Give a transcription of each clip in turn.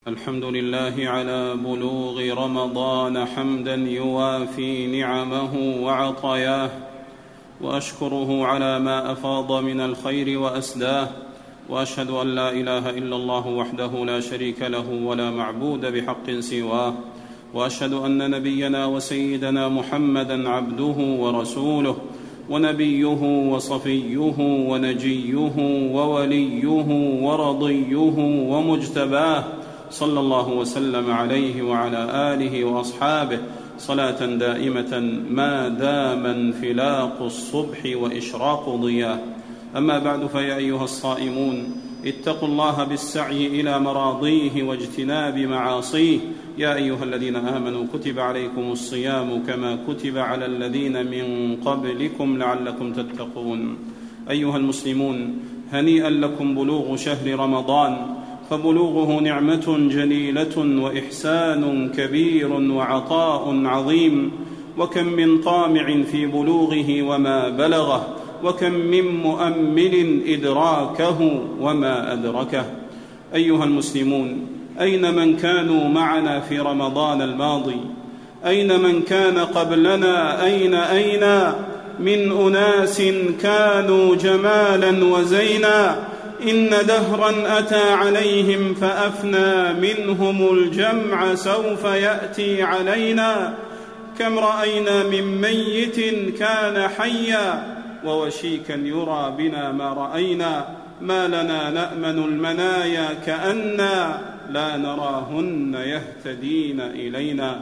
الحمد لله على بلوغ رمضان حمدا يوافي نعمه وعطاياه، وأشكره على ما أفاض من الخير وأسداه، وأشهد أن لا إله إلا الله وحده لا شريك له ولا معبود بحق سواه، وأشهد أن نبينا وسيدنا محمدا عبده ورسوله ونبيه وصفيه ونجيه ووليه ورضيه ومجتباه، صلى الله وسلم عليه وعلى آله وأصحابه صلاة دائمة ما دام انفلاق الصبح وإشراق ضياه. أما بعد، فيا أيها الصائمون، اتقوا الله بالسعي إلى مراضيه واجتناب معاصيه. يا أيها الذين آمنوا كتب عليكم الصيام كما كتب على الذين من قبلكم لعلكم تتقون. أيها المسلمون، هنيئا لكم بلوغ شهر رمضان، فبلوغه نعمة جليلة وإحسان كبير وعطاء عظيم، وكم من طامع في بلوغه وما بلغه، وكم من مؤمل إدراكه وما أدركه. أيها المسلمون، أين من كانوا معنا في رمضان الماضي؟ أين من كان قبلنا؟ أين من أناس كانوا جمالا وزينا، إن دهرا أتى عليهم فأفنى منهم الجمع سوف يأتي علينا. كم رأينا من ميت كان حيا، ووشيكا يرى بنا ما رأينا، ما لنا نأمن المنايا كأنا لا نراهن يهتدين إلينا.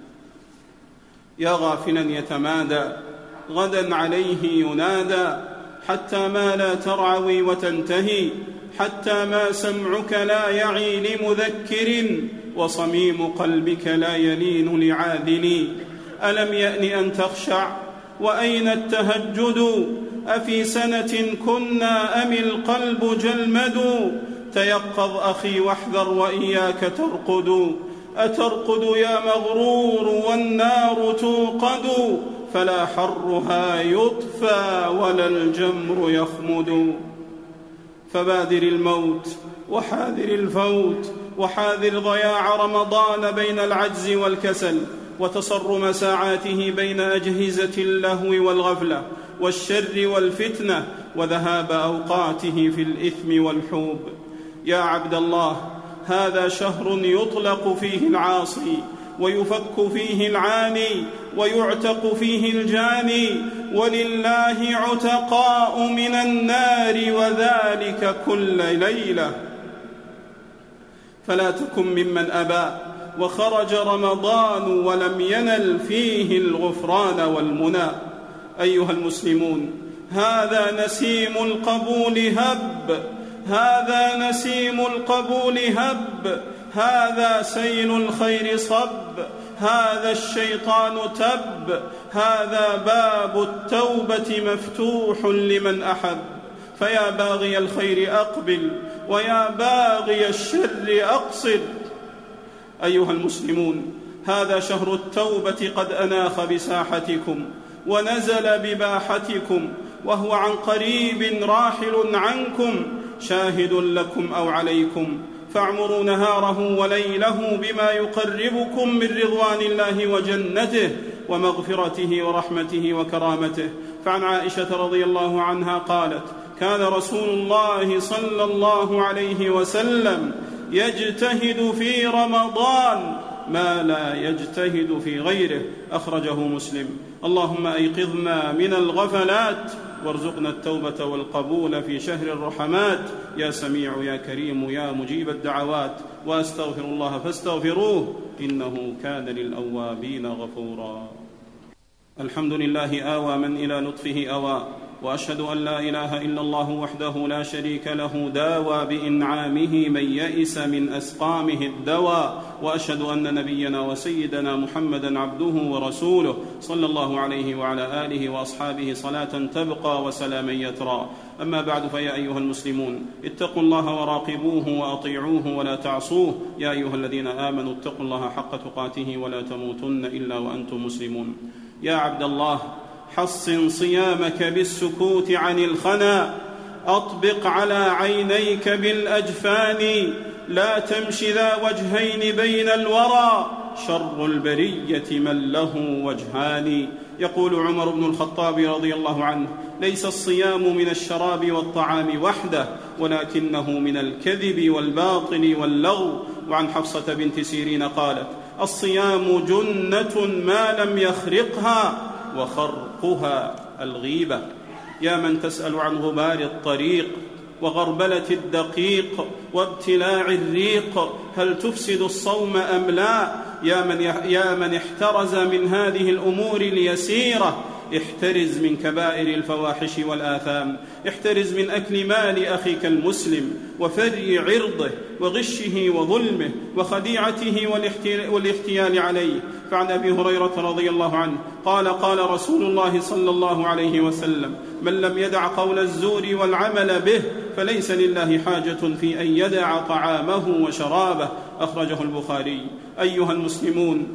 يا غافلا يتمادى، غدا عليه ينادى، حتى ما لا ترعوي وتنتهي، حتى ما سمعك لا يعي لمذكر، وصميم قلبك لا يلين لعاذل. ألم يأن أن تخشع؟ وأين التهجد؟ أفي سنة كنا أم القلب جلمد؟ تيقظ أخي واحذر وإياك ترقد، أترقد يا مغرور والنار توقد، فلا حرها يطفى ولا الجمر يخمد. فبادر الموت وحاذر الفوت، وحاذر ضياع رمضان بين العجز والكسل، وتصرم ساعاته بين أجهزة اللهو والغفلة والشر والفتنة، وذهاب أوقاته في الإثم والحوب. يا عبد الله، هذا شهر يطلق فيه العاصي، ويفك فيه العاني، ويعتق فيه الجاني، ولله عتقاء من النار، وذلك كل ليلة. فلا تكن ممن أبى وخرج رمضان ولم ينل فيه الغفران والمنى. أيها المسلمون، هذا نسيم القبول هب، هذا نسيم القبول هب، هذا سيل الخير صب، هذا الشيطان تب، هذا باب التوبة مفتوح لمن أحب. فيا باغي الخير أقبل، ويا باغي الشر أقصد. أيها المسلمون، هذا شهر التوبة قد أناخ بساحتكم ونزل بباحتكم، وهو عن قريب راحل عنكم، شاهد لكم أو عليكم، فاعمروا نهاره وليله بما يقربكم من رضوان الله وجنته ومغفرته ورحمته وكرامته. فعن عائشة رضي الله عنها قالت: كان رسول الله صلى الله عليه وسلم يجتهد في رمضان ما لا يجتهد في غيره، أخرجه مسلم. اللهم أيقظنا من الغفلات، وارزقنا التوبة والقبول في شهر الرحمات. يا سميع يا كريم يا مجيب الدعوات، وأستغفر الله فاستغفروه إنه كان للأوابين غفورا. الحمد لله آوى من إلى لطفه أوى، وأشهد أن لا إله إلا الله وحده لا شريك له داوى بإنعامه من يئس من أسقامه الدوى، وأشهد أن نبينا وسيدنا محمدا عبده ورسوله صلى الله عليه وعلى آله وأصحابه صلاة تبقى وسلاما يترى. أما بعد، فيا أيها المسلمون، اتقوا الله وراقبوه وأطيعوه ولا تعصوه. يا أيها الذين آمنوا اتقوا الله حق تقاته ولا تموتن إلا وأنتم مسلمون. يا عبد الله، حصن صيامك بالسكوت عن الخنا، أطبق على عينيك بالأجفان، لا تمش ذا وجهين بين الورى، شر البرية من له وجهان. يقول عمر بن الخطاب رضي الله عنه: ليس الصيام من الشراب والطعام وحده، ولكنه من الكذب والباطل واللغو. وعن حفصة بنت سيرين قالت: الصيام جنة ما لم يخرقها، وخرقها الغيبة. يا من تسأل عن غبار الطريق وغربلة الدقيق وابتلاع الريق، هل تفسد الصوم أم لا؟ يا من احترز من هذه الأمور اليسيرة، احترز من كبائر الفواحش والآثام، احترز من أكل مال أخيك المسلم وفري عرضه وغشه وظلمه وخديعته والاحتيال عليه. فعن أبي هريرة رضي الله عنه قال: قال رسول الله صلى الله عليه وسلم: من لم يدع قول الزور والعمل به فليس لله حاجة في أن يدع طعامه وشرابه. أخرجه البخاري. أيها المسلمون،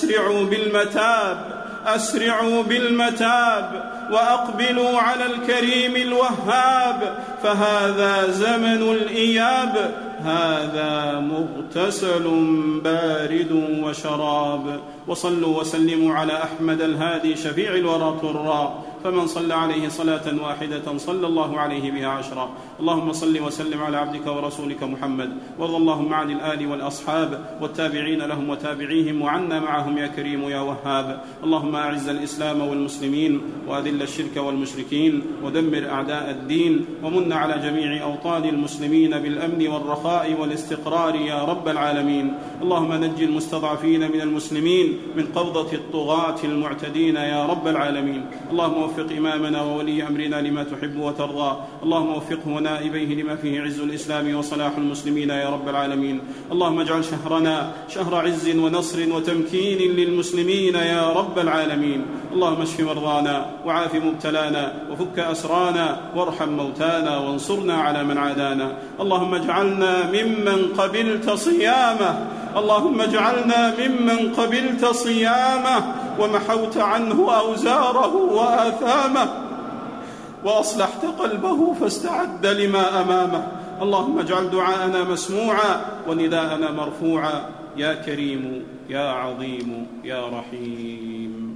أسرعوا بالمتاب وأقبلوا على الكريم الوهاب، فهذا زمن الإياب، هذا مغتسل بارد وشراب. وصلوا وسلموا على أحمد الهادي شفيع الورى طرا، فمن صلى عليه صلاة واحدة صلى الله عليه بها 10. اللهم صل وسلم على عبدك ورسولك محمد، وارض اللهم عن الآل والأصحاب والتابعين لهم وتابعيهم، وعنا معهم يا كريم يا وهاب. اللهم أعز الإسلام والمسلمين، وأذل الشرك والمشركين، ودمر أعداء الدين، ومن على جميع أوطان المسلمين بالأمن والرخاء والاستقرار يا رب العالمين. اللهم نجي المستضعفين من المسلمين من قبضة الطغاة المعتدين يا رب العالمين. اللهم وفق إمامنا وولي أمرنا لما تحب وترضى، اللهم وفقه ونائبيه لما فيه عز الإسلام وصلاح المسلمين يا رب العالمين. اللهم اجعل شهرنا شهر عز ونصر وتمكين للمسلمين يا رب العالمين. اللهم اشف مرضانا وعاف مبتلانا وفك أسرانا وارحم موتانا وانصرنا على من عادانا. اللهم اجعلنا ممن قبلت صيامه، اللهم اجعلنا ممن قبلت صيامه ومحوت عنه أوزاره وآثامه، وأصلحت قلبه فاستعد لما أمامه. اللهم اجعل دعاءنا مسموعا ونداءنا مرفوعا، يا كريم يا عظيم يا رحيم.